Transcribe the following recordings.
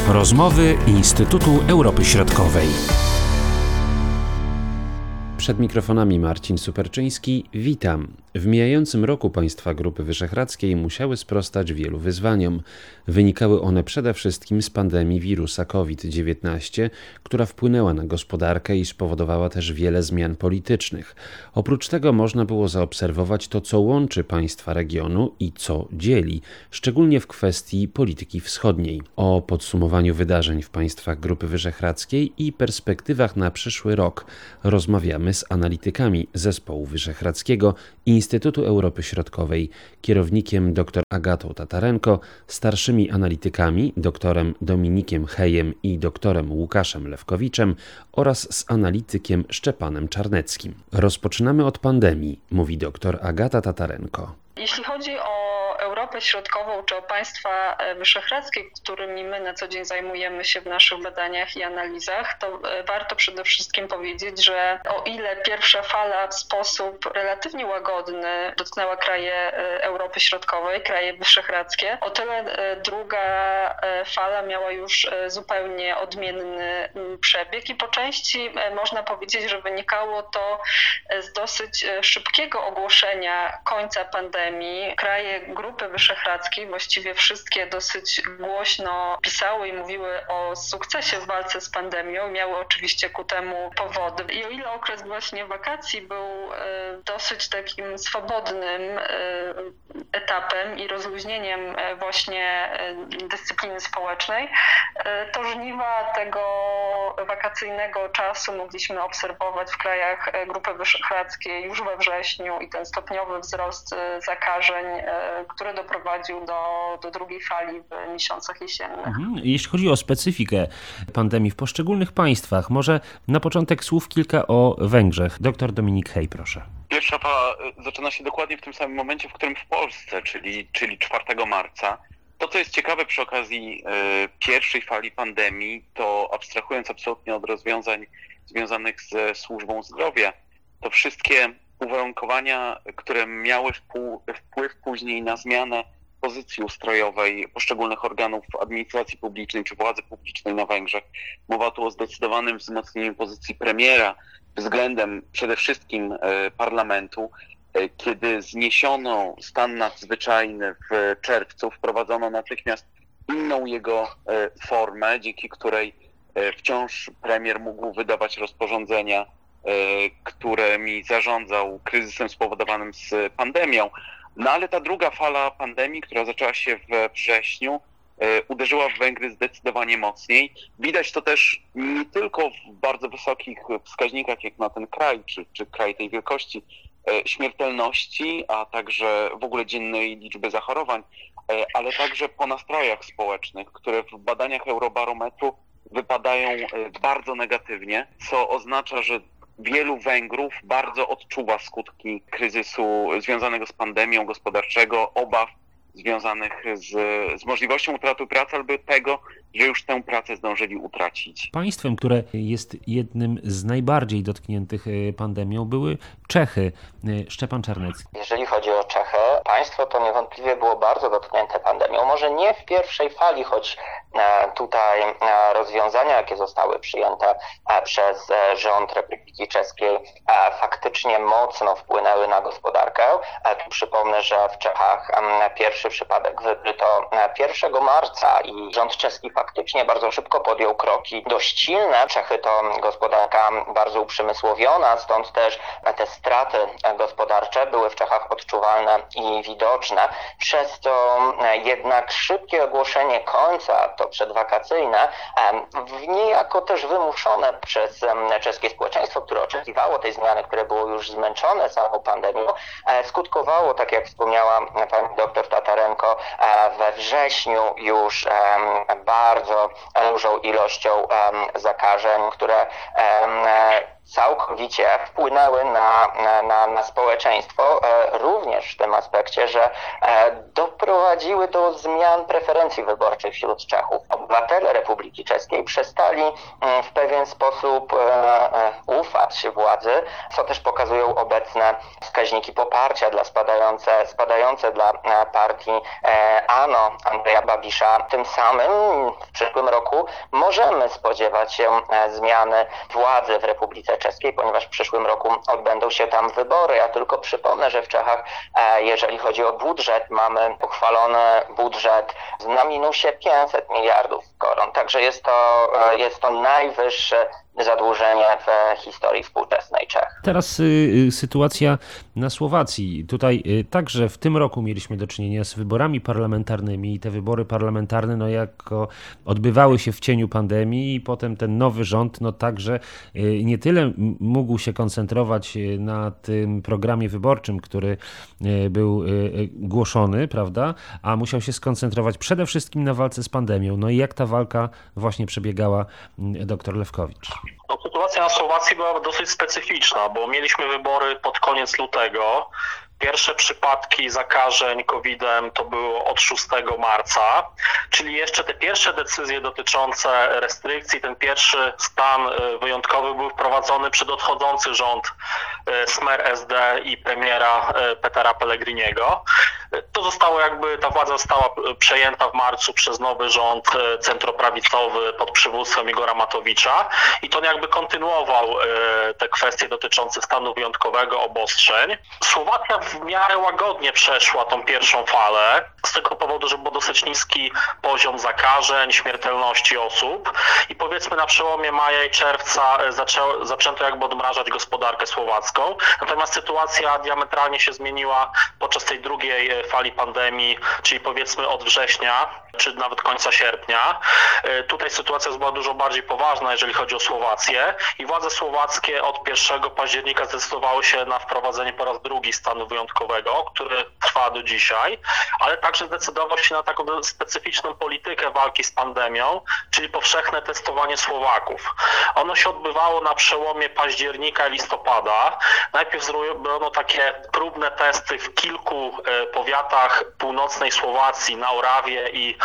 Rozmowy Instytutu Europy Środkowej. Przed mikrofonami Marcin Superczyński. Witam. W mijającym roku państwa Grupy Wyszehradzkiej musiały sprostać wielu wyzwaniom. Wynikały one przede wszystkim z pandemii wirusa COVID-19, która wpłynęła na gospodarkę i spowodowała też wiele zmian politycznych. Oprócz tego można było zaobserwować to, co łączy państwa regionu i co dzieli, szczególnie w kwestii polityki wschodniej. O podsumowaniu wydarzeń w państwach Grupy Wyszehradzkiej i perspektywach na przyszły rok rozmawiamy z analitykami Zespołu Wyszehradzkiego Instytutu Europy Środkowej, kierownikiem dr Agatą Tatarenko, starszymi analitykami doktorem Dominikiem Hejem i doktorem Łukaszem Lewkowiczem oraz z analitykiem Szczepanem Czarneckim. Rozpoczynamy od pandemii, mówi dr Agata Tatarenko. Jeśli chodzi o Europę Środkową czy o państwa wyszehradzkie, którymi my na co dzień zajmujemy się w naszych badaniach i analizach, to warto przede wszystkim powiedzieć, że o ile pierwsza fala w sposób relatywnie łagodny dotknęła kraje Europy Środkowej, kraje wyszehradzkie, o tyle druga fala miała już zupełnie odmienny przebieg i po części można powiedzieć, że wynikało to z dosyć szybkiego ogłoszenia końca pandemii. Kraje Grupy Wyszehradzkiej, właściwie wszystkie, dosyć głośno pisały i mówiły o sukcesie w walce z pandemią. Miały oczywiście ku temu powody. I o ile okres właśnie wakacji był dosyć takim swobodnym etapem i rozluźnieniem właśnie dyscypliny społecznej, to żniwa tego wakacyjnego czasu mogliśmy obserwować w krajach Grupy Wyszehradzkiej już we wrześniu i ten stopniowy wzrost zakażeń, który doprowadził do drugiej fali w miesiącach jesiennych. Jeśli chodzi o specyfikę pandemii w poszczególnych państwach, może na początek słów kilka o Węgrzech. Dr Dominik Hej, proszę. Pierwsza fala zaczyna się dokładnie w tym samym momencie, w którym w Polsce, czyli 4 marca. To, co jest ciekawe przy okazji pierwszej fali pandemii, to abstrahując absolutnie od rozwiązań związanych ze służbą zdrowia, to wszystkie uwarunkowania, które miały wpływ później na zmianę pozycji ustrojowej poszczególnych organów administracji publicznej czy władzy publicznej na Węgrzech. Mowa tu o zdecydowanym wzmocnieniu pozycji premiera względem przede wszystkim parlamentu. Kiedy zniesiono stan nadzwyczajny w czerwcu, wprowadzono natychmiast inną jego formę, dzięki której wciąż premier mógł wydawać rozporządzenia, którymi zarządzał kryzysem spowodowanym z pandemią. No ale ta druga fala pandemii, która zaczęła się we wrześniu, uderzyła w Węgry zdecydowanie mocniej. Widać to też nie tylko w bardzo wysokich wskaźnikach, jak na ten kraj, czy kraj tej wielkości, śmiertelności, a także w ogóle dziennej liczby zachorowań, ale także po nastrojach społecznych, które w badaniach Eurobarometru wypadają bardzo negatywnie, co oznacza, że wielu Węgrów bardzo odczuwa skutki kryzysu związanego z pandemią gospodarczego, obaw związanych z możliwością utraty pracy albo tego, że już tę pracę zdążyli utracić. Państwem, które jest jednym z najbardziej dotkniętych pandemią, były Czechy. Szczepan Czarnecki. Jeżeli chodzi o Czechy, państwo to niewątpliwie było bardzo dotknięte pandemią. Może nie w pierwszej fali, choć tutaj rozwiązania, jakie zostały przyjęte przez rząd Republiki Czeskiej, faktycznie mocno wpłynęły na gospodarkę. Tu przypomnę, że w Czechach pierwszy przypadek wykryto 1 marca i rząd czeski faktycznie bardzo szybko podjął kroki dość silne. Czechy to gospodarka bardzo uprzemysłowiona, stąd też te straty gospodarcze były w Czechach odczuwalne i widoczne. Przez to jednak szybkie ogłoszenie końca, to przedwakacyjne, niejako też wymuszone przez czeskie społeczeństwo, które oczekiwało tej zmiany, które było już zmęczone samą pandemią, skutkowało, tak jak wspomniała pani dr Tatarenko, we wrześniu już bardzo dużą ilością zakażeń, które całkowicie wpłynęły na społeczeństwo, również w tym aspekcie, że doprowadziły do zmian preferencji wyborczych wśród Czechów. Obywatele Republiki Czeskiej przestali w pewien sposób ufać władzy, co też pokazują obecne wskaźniki poparcia spadające dla partii ANO Andreja Babisza. Tym samym w przyszłym roku możemy spodziewać się zmiany władzy w Republice Czeskiej, ponieważ w przyszłym roku odbędą się tam wybory. Ja tylko przypomnę, że w Czechach, jeżeli chodzi o budżet, mamy uchwalony budżet na minusie 500 miliardów koron. Także jest to najwyższe zadłużenie w historii współczesnej Czech. Teraz sytuacja na Słowacji. Tutaj także w tym roku mieliśmy do czynienia z wyborami parlamentarnymi i te wybory parlamentarne jako odbywały się w cieniu pandemii i potem ten nowy rząd także nie tyle mógł się koncentrować na tym programie wyborczym, który był głoszony, prawda, a musiał się skoncentrować przede wszystkim na walce z pandemią. No i jak ta walka właśnie przebiegała, dr Lewkowicz? No, sytuacja na Słowacji była dosyć specyficzna, bo mieliśmy wybory pod koniec lutego. Pierwsze przypadki zakażeń COVID-em to było od 6 marca, czyli jeszcze te pierwsze decyzje dotyczące restrykcji, ten pierwszy stan wyjątkowy był wprowadzony przed odchodzący rząd Smer SD i premiera Petera Pellegriniego. Ta władza została przejęta w marcu przez nowy rząd centroprawicowy pod przywództwem Igora Matowicza i to kontynuował te kwestie dotyczące stanu wyjątkowego, obostrzeń. Słowacja w miarę łagodnie przeszła tą pierwszą falę, z tego powodu, że był dosyć niski poziom zakażeń, śmiertelności osób i powiedzmy na przełomie maja i czerwca zaczęto odmrażać gospodarkę słowacką. Natomiast sytuacja diametralnie się zmieniła podczas tej drugiej fali pandemii, czyli powiedzmy od września, czy nawet końca sierpnia. Tutaj sytuacja była dużo bardziej poważna, jeżeli chodzi o Słowację i władze słowackie od 1 października zdecydowały się na wprowadzenie po raz drugi stanu wyjątkowego, który trwa do dzisiaj, ale także zdecydował się na taką specyficzną politykę walki z pandemią, czyli powszechne testowanie Słowaków. Ono się odbywało na przełomie października i listopada. Najpierw zrobiono takie próbne testy w kilku powiatach północnej Słowacji, na Orawie i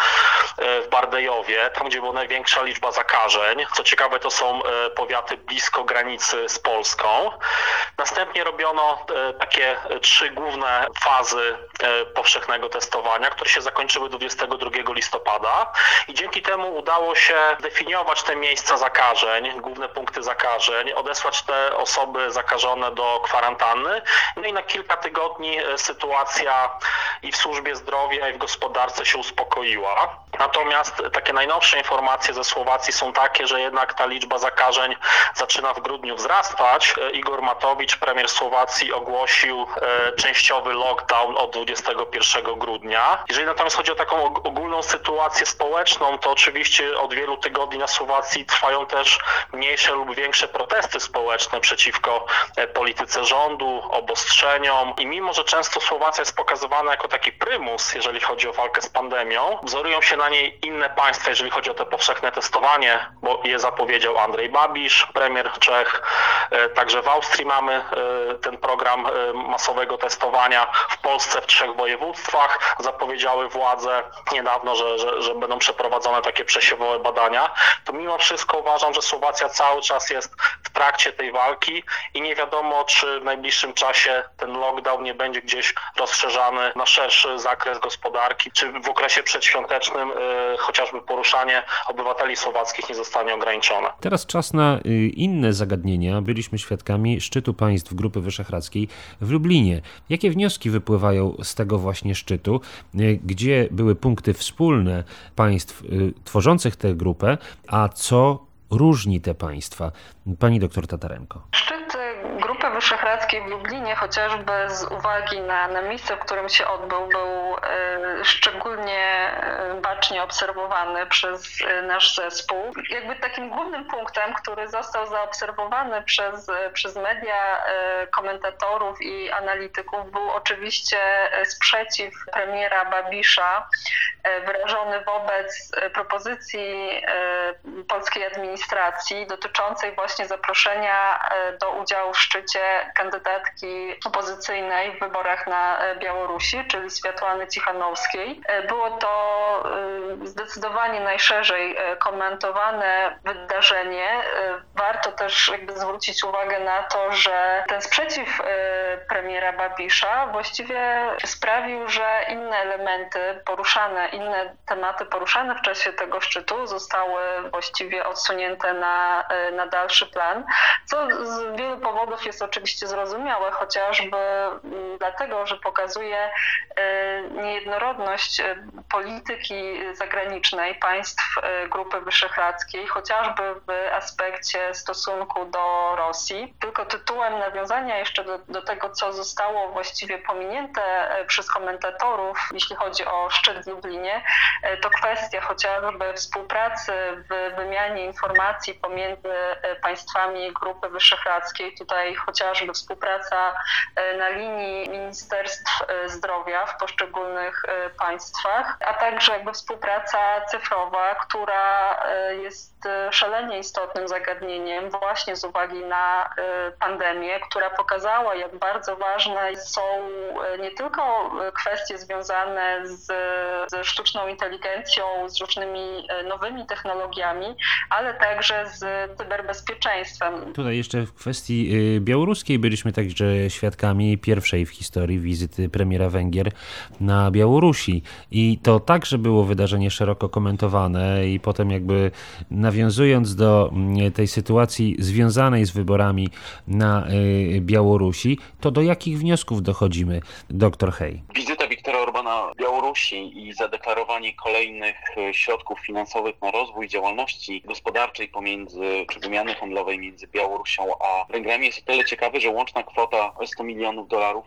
w Bardejowie, tam gdzie była największa liczba zakażeń. Co ciekawe, to są powiaty blisko granicy z Polską. Następnie robiono takie 3 główne fazy powszechnego testowania, które się zakończyły 22 listopada i dzięki temu udało się definiować te miejsca zakażeń, główne punkty zakażeń, odesłać te osoby zakażone do kwarantanny, no i na kilka tygodni sytuacja i w służbie zdrowia, i w gospodarce się uspokoiła. Natomiast takie najnowsze informacje ze Słowacji są takie, że jednak ta liczba zakażeń zaczyna w grudniu wzrastać. Igor Matowicz, premier Słowacji, ogłosił częściowy lockdown od 21 grudnia. Jeżeli natomiast chodzi o taką ogólną sytuację społeczną, to oczywiście od wielu tygodni na Słowacji trwają też mniejsze lub większe protesty społeczne przeciwko polityce rządu, obostrzeniom i mimo, że często Słowacja jest pokazywana jako taki prymus, jeżeli chodzi o walkę z pandemią, wzorują się na niej inne państwa, jeżeli chodzi o to powszechne testowanie, bo je zapowiedział Andrej Babiš, premier Czech. Także w Austrii mamy ten program masowego testowania. W Polsce w 3 województwach zapowiedziały władze niedawno, że będą przeprowadzone takie przesiewowe badania. To mimo wszystko uważam, że Słowacja cały czas jest w trakcie tej walki i nie wiadomo, czy w najbliższym czasie ten lockdown nie będzie gdzieś rozszerzany na szerszy zakres gospodarki, czy w okresie przedświątecznym chociażby poruszanie obywateli słowackich nie zostanie ograniczone. Teraz czas na inne zagadnienia. Byliśmy świadkami szczytu państw Grupy Wyszehradzkiej w Lublinie. Jakie wnioski wypływają z tego właśnie szczytu? Gdzie były punkty wspólne państw tworzących tę grupę, a co różni te państwa? Pani doktor Tatarenko. Szczyt Grupy Wyszehradzkiej w Lublinie, chociażby z uwagi na miejsce, w którym się odbył, był szczególnie bacznie obserwowany przez nasz zespół. Takim głównym punktem, który został zaobserwowany przez media, komentatorów i analityków, był oczywiście sprzeciw premiera Babisza wyrażony wobec propozycji polskiej administracji dotyczącej właśnie zaproszenia do udziału w szczycie kandydatki opozycyjnej w wyborach na Białorusi, czyli Swiatłany Cichanowskiej. Było to zdecydowanie najszerzej komentowane wydarzenie. Warto też zwrócić uwagę na to, że ten sprzeciw premiera Babisza właściwie sprawił, że inne elementy poruszane, inne tematy poruszane w czasie tego szczytu zostały właściwie odsunięte na dalszy plan, co z wielu powodów jest oczywiście zrozumiałe, chociażby dlatego, że pokazuje niejednorodność polityki zagranicznej państw Grupy Wyszehradzkiej, chociażby w aspekcie stosunku do Rosji. Tylko tytułem nawiązania jeszcze do tego, co zostało właściwie pominięte przez komentatorów, jeśli chodzi o szczyt w Lublinie, to kwestia chociażby współpracy w wymianie informacji pomiędzy państwami Grupy Wyszehradzkiej. Tutaj chociażby współpraca na linii Ministerstw Zdrowia w poszczególnych państwach, a także współpraca cyfrowa, która jest szalenie istotnym zagadnieniem właśnie z uwagi na pandemię, która pokazała, jak bardzo ważne są nie tylko kwestie związane ze sztuczną inteligencją, z różnymi nowymi technologiami, ale także z cyberbezpieczeństwem. Tutaj jeszcze w kwestii białoruskiej byliśmy także świadkami pierwszej w historii wizyty premiera Węgier na Białorusi i to także było wydarzenie szeroko komentowane i potem nawiązując do tej sytuacji związanej z wyborami na Białorusi, to do jakich wniosków dochodzimy, dr Hej? Wizyta Viktora Orbana w Białorusi i zadeklarowanie kolejnych środków finansowych na rozwój działalności gospodarczej czy wymiany handlowej między Białorusią a Węgrami jest o tyle ciekawe, że łączna kwota $100 milionów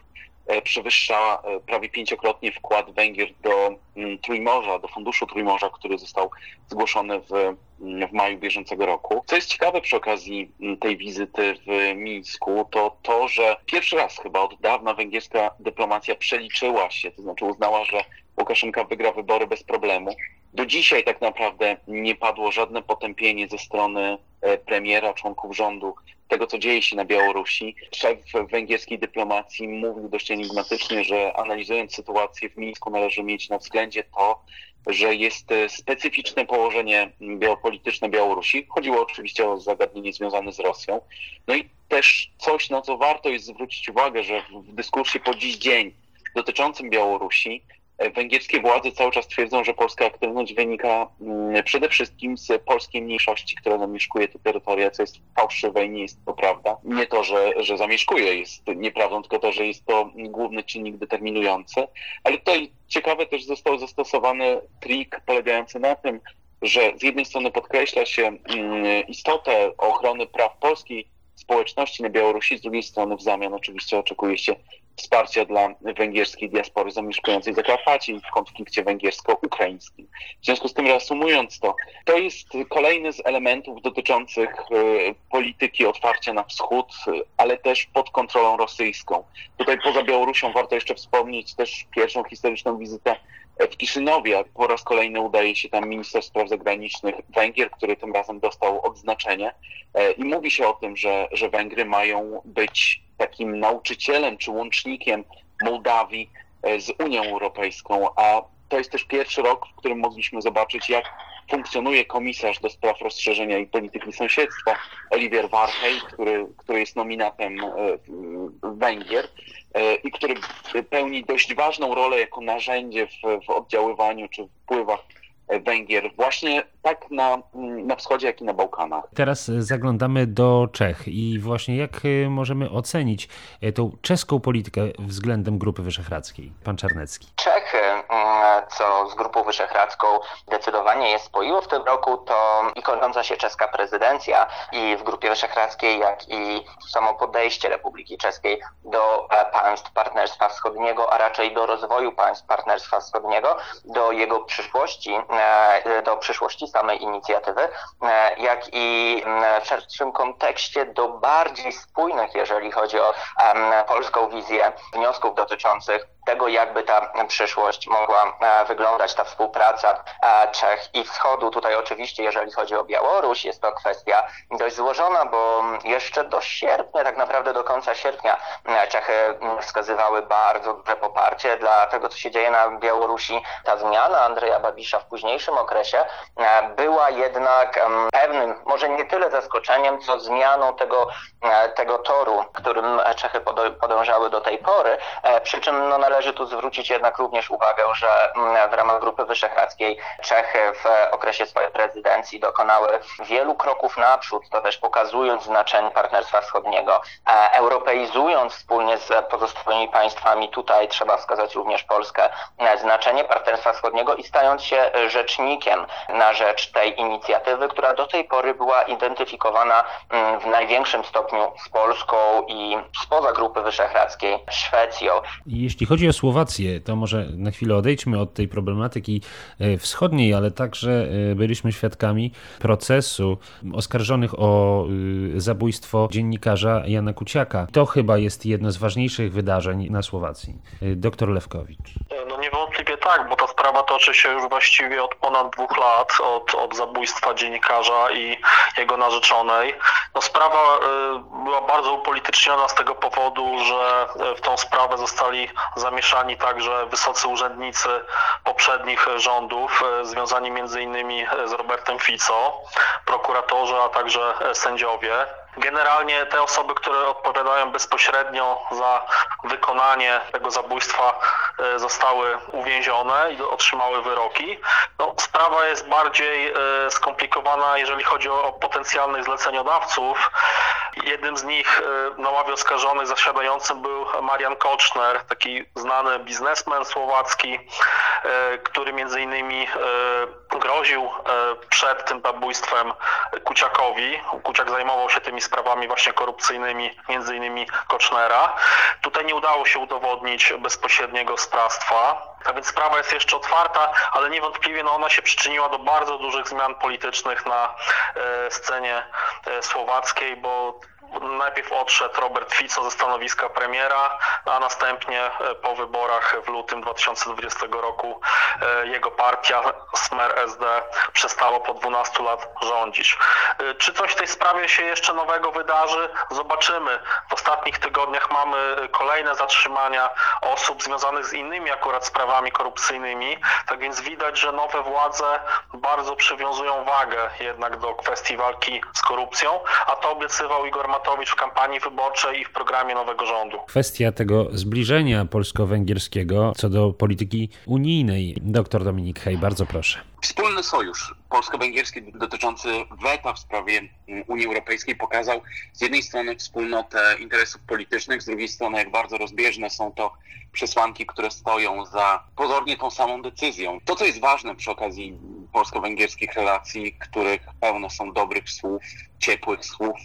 przewyższa prawie 5-krotnie wkład Węgier do Trójmorza, do Funduszu Trójmorza, który został zgłoszony w maju bieżącego roku. Co jest ciekawe przy okazji tej wizyty w Mińsku, to, że pierwszy raz chyba od dawna węgierska dyplomacja przeliczyła się, to znaczy uznała, że Łukaszenka wygra wybory bez problemu. Do dzisiaj tak naprawdę nie padło żadne potępienie ze strony premiera, członków rządu tego, co dzieje się na Białorusi. Szef węgierskiej dyplomacji mówił dość enigmatycznie, że analizując sytuację w Mińsku należy mieć na względzie to, że jest specyficzne położenie geopolityczne Białorusi. Chodziło oczywiście o zagadnienie związane z Rosją. No i też coś, na co warto jest zwrócić uwagę, że w dyskursie po dziś dzień dotyczącym Białorusi węgierskie władze cały czas twierdzą, że polska aktywność wynika przede wszystkim z polskiej mniejszości, która zamieszkuje te terytoria, co jest fałszywe i nie jest to prawda. Nie to, że zamieszkuje jest nieprawdą, tylko to, że jest to główny czynnik determinujący. Ale tutaj ciekawe też został zastosowany trik polegający na tym, że z jednej strony podkreśla się istotę ochrony praw polskiej społeczności na Białorusi, z drugiej strony w zamian oczywiście oczekuje się wsparcia dla węgierskiej diaspory zamieszkującej w Zakarpacie w konflikcie węgiersko-ukraińskim. W związku z tym, reasumując to jest kolejny z elementów dotyczących polityki otwarcia na wschód, ale też pod kontrolą rosyjską. Tutaj poza Białorusią warto jeszcze wspomnieć też pierwszą historyczną wizytę w Kiszynowie. Po raz kolejny udaje się tam minister spraw zagranicznych Węgier, który tym razem dostał odznaczenie i mówi się o tym, że Węgry mają być takim nauczycielem czy łącznikiem Mołdawii z Unią Europejską, a to jest też pierwszy rok, w którym mogliśmy zobaczyć, jak funkcjonuje komisarz do spraw rozszerzenia i polityki sąsiedztwa, Oliver Várhelyi, który jest nominatem Węgier i który pełni dość ważną rolę jako narzędzie w oddziaływaniu czy wpływach Węgier właśnie tak na wschodzie, jak i na Bałkanach. Teraz zaglądamy do Czech i właśnie jak możemy ocenić tą czeską politykę względem Grupy Wyszehradzkiej? Pan Czarnecki. Czechy, co z Grupą Wyszehradzką zdecydowanie je spoiło w tym roku, to i kończąca się czeska prezydencja i w Grupie Wyszehradzkiej, jak i samo podejście Republiki Czeskiej do państw Partnerstwa Wschodniego, a raczej do rozwoju państw Partnerstwa Wschodniego, do jego przyszłości, do przyszłości samej inicjatywy, jak i w szerszym kontekście do bardziej spójnych, jeżeli chodzi o polską wizję wniosków dotyczących tego, jakby ta przyszłość mogła wyglądać, ta współpraca Czech i Wschodu. Tutaj oczywiście, jeżeli chodzi o Białoruś, jest to kwestia dość złożona, bo jeszcze do sierpnia, tak naprawdę do końca sierpnia, Czechy wskazywały bardzo duże poparcie dla tego, co się dzieje na Białorusi. Ta zmiana Andrzeja Babisza w późniejszym okresie była jednak pewnym, może nie tyle zaskoczeniem, co zmianą tego toru, którym Czechy podążały do tej pory. Przy czym należy tu zwrócić jednak również uwagę, że w ramach Grupy Wyszehradzkiej Czechy w okresie swojej prezydencji dokonały wielu kroków naprzód, to też pokazując znaczenie Partnerstwa Wschodniego, europeizując wspólnie z pozostałymi państwami, tutaj trzeba wskazać również Polskę, znaczenie Partnerstwa Wschodniego i stając się rzecznikiem na rzecz tej inicjatywy, która do tej pory była identyfikowana w największym stopniu z Polską i spoza Grupy Wyszehradzkiej Szwecją. Jeśli chodzi o Słowację, to może na chwilę odejdźmy od tej problematyki wschodniej, ale także byliśmy świadkami procesu oskarżonych o zabójstwo dziennikarza Jana Kuciaka. To chyba jest jedno z ważniejszych wydarzeń na Słowacji. Doktor Lewkowicz. No niewątpliwie tak, bo ta sprawa toczy się już właściwie od ponad 2 lat, od zabójstwa dziennikarza i jego narzeczonej. No sprawa była bardzo upolityczniona z tego powodu, że w tą sprawę zostali zamieszani także wysocy urzędnicy poprzednich rządów, związani m.in. z Robertem Fico, prokuratorzy, a także sędziowie. Generalnie te osoby, które odpowiadają bezpośrednio za wykonanie tego zabójstwa, zostały uwięzione i otrzymały wyroki. No, sprawa jest bardziej skomplikowana, jeżeli chodzi o potencjalnych zleceniodawców. Jednym z nich na ławie oskarżonych zasiadającym był Marian Koczner, taki znany biznesmen słowacki, który między innymi groził przed tym zabójstwem Kuciakowi. Kuciak zajmował się tymi sprawami właśnie korupcyjnymi, między innymi Kocznera. Tutaj nie udało się udowodnić bezpośredniego sprawstwa. A więc sprawa jest jeszcze otwarta, ale niewątpliwie ona się przyczyniła do bardzo dużych zmian politycznych na scenie słowackiej, bo najpierw odszedł Robert Fico ze stanowiska premiera, a następnie po wyborach w lutym 2020 roku jego partia Smer SD przestała po 12 lat rządzić. Czy coś w tej sprawie się jeszcze nowego wydarzy? Zobaczymy. W ostatnich tygodniach mamy kolejne zatrzymania osób związanych z innymi akurat sprawami korupcyjnymi, tak więc widać, że nowe władze bardzo przywiązują wagę jednak do kwestii walki z korupcją, a to obiecywał Igor Matowicz w kampanii wyborczej i w programie nowego rządu. Kwestia tego zbliżenia polsko-węgierskiego co do polityki unijnej. Doktor Dominik Hej, bardzo proszę. Wspólny sojusz polsko-węgierski dotyczący weta w sprawie Unii Europejskiej pokazał z jednej strony wspólnotę interesów politycznych, z drugiej strony jak bardzo rozbieżne są to przesłanki, które stoją za pozornie tą samą decyzją. To, co jest ważne przy okazji polsko-węgierskich relacji, których pełno są dobrych słów, ciepłych słów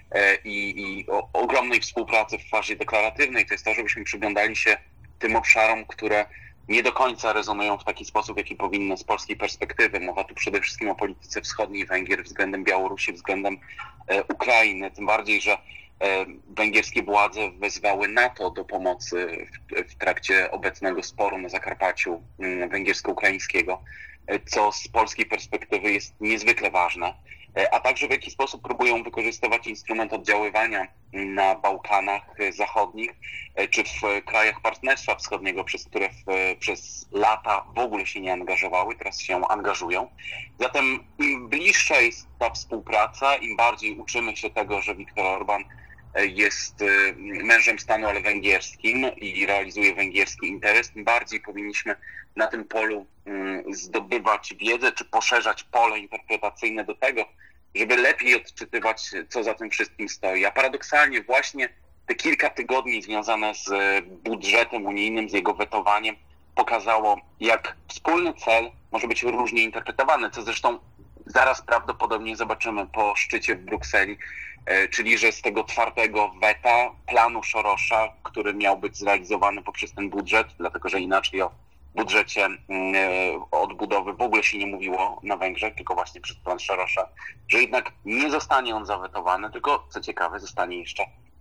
i ogromnej współpracy w fazie deklaratywnej, to jest to, żebyśmy przyglądali się tym obszarom, które nie do końca rezonują w taki sposób, jaki powinno z polskiej perspektywy. Mowa tu przede wszystkim o polityce wschodniej Węgier względem Białorusi, względem Ukrainy, tym bardziej, że węgierskie władze wezwały NATO do pomocy w trakcie obecnego sporu na Zakarpaciu węgiersko-ukraińskiego, co z polskiej perspektywy jest niezwykle ważne, a także w jaki sposób próbują wykorzystywać instrument oddziaływania na Bałkanach Zachodnich czy w krajach Partnerstwa Wschodniego, przez które przez lata w ogóle się nie angażowały, teraz się angażują. Zatem im bliższa jest ta współpraca, im bardziej uczymy się tego, że Viktor Orbán jest mężem stanu, ale węgierskim i realizuje węgierski interes, tym bardziej powinniśmy na tym polu zdobywać wiedzę, czy poszerzać pole interpretacyjne do tego, żeby lepiej odczytywać, co za tym wszystkim stoi. A paradoksalnie właśnie te kilka tygodni związane z budżetem unijnym, z jego wetowaniem, pokazało, jak wspólny cel może być różnie interpretowany, co zresztą zaraz prawdopodobnie zobaczymy po szczycie w Brukseli, czyli że z tego twardego weta planu Sorosza, który miał być zrealizowany poprzez ten budżet, dlatego że inaczej o budżecie odbudowy w ogóle się nie mówiło na Węgrzech, tylko właśnie przez plan Sorosza, że jednak nie zostanie on zawetowany, tylko co ciekawe zostanie jeszcze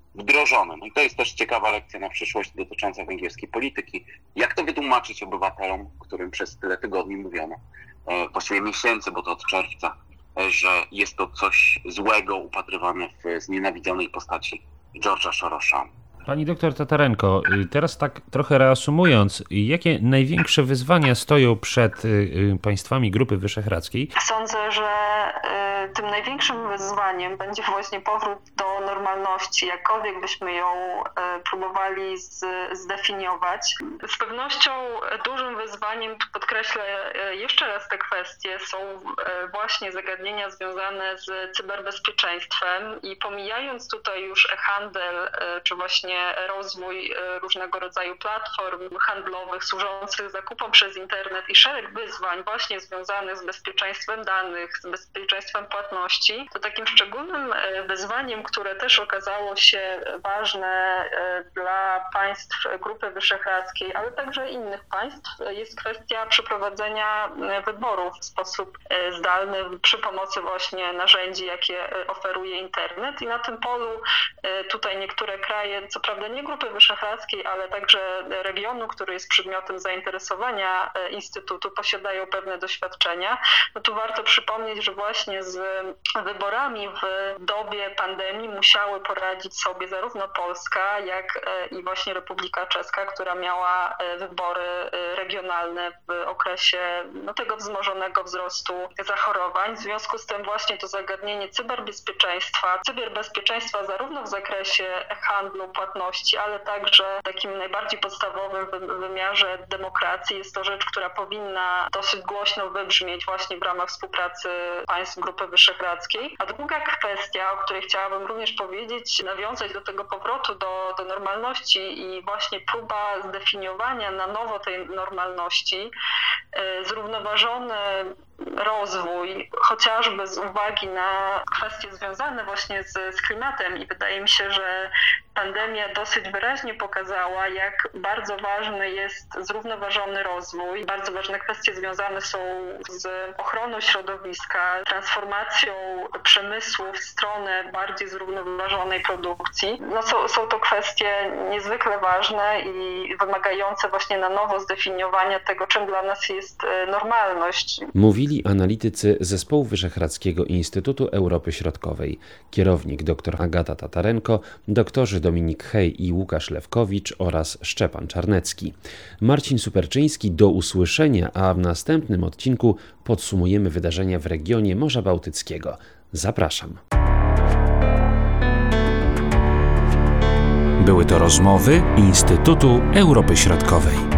wdrożone. No i to jest też ciekawa lekcja na przyszłość dotycząca węgierskiej polityki. Jak to wytłumaczyć obywatelom, którym przez tyle tygodni mówiono, właściwie miesięcy, bo to od czerwca, że jest to coś złego upatrywane w znienawidzonej postaci George'a Soros'a. Pani doktor Tatarenko, teraz tak trochę reasumując, jakie największe wyzwania stoją przed państwami Grupy Wyszehradzkiej? Sądzę, że tym największym wyzwaniem będzie właśnie powrót do normalności, jakkolwiek byśmy ją próbowali zdefiniować. Z pewnością dużym wyzwaniem, tu podkreślę jeszcze raz te kwestie, są właśnie zagadnienia związane z cyberbezpieczeństwem i pomijając tutaj już e-handel, czy właśnie rozwój różnego rodzaju platform handlowych służących zakupom przez internet i szereg wyzwań właśnie związanych z bezpieczeństwem danych, z bezpieczeństwem płatności, to takim szczególnym wyzwaniem, które też okazało się ważne dla państw Grupy Wyszehradzkiej, ale także innych państw, jest kwestia przeprowadzenia wyborów w sposób zdalny przy pomocy właśnie narzędzi, jakie oferuje internet. I na tym polu tutaj niektóre kraje, co prawda nie Grupy Wyszehradzkiej, ale także regionu, który jest przedmiotem zainteresowania Instytutu, posiadają pewne doświadczenia. No tu warto przypomnieć, że właśnie z wyborami w dobie pandemii musiały poradzić sobie zarówno Polska, jak i właśnie Republika Czeska, która miała wybory regionalne w okresie tego wzmożonego wzrostu zachorowań. W związku z tym właśnie to zagadnienie cyberbezpieczeństwa zarówno w zakresie handlu, płatności, ale także w takim najbardziej podstawowym wymiarze demokracji jest to rzecz, która powinna dosyć głośno wybrzmieć właśnie w ramach współpracy państw Grupy Wyszehradzkiej. A druga kwestia, o której chciałabym również powiedzieć, nawiązać do tego powrotu do normalności i właśnie próba zdefiniowania na nowo tej normalności, zrównoważony rozwój, chociażby z uwagi na kwestie związane właśnie z klimatem i wydaje mi się, że pandemia dosyć wyraźnie pokazała, jak bardzo ważny jest zrównoważony rozwój. Bardzo ważne kwestie związane są z ochroną środowiska, transformacją przemysłu w stronę bardziej zrównoważonej produkcji. Są to kwestie niezwykle ważne i wymagające właśnie na nowo zdefiniowania tego, czym dla nas jest normalność. Mówili analitycy Zespołu Wyszehradzkiego Instytutu Europy Środkowej, kierownik dr Agata Tatarenko, doktorzy Dominik Hej i Łukasz Lewkowicz oraz Szczepan Czarnecki. Marcin Superczyński, do usłyszenia, a w następnym odcinku podsumujemy wydarzenia w regionie Morza Bałtyckiego. Zapraszam. Były to rozmowy Instytutu Europy Środkowej.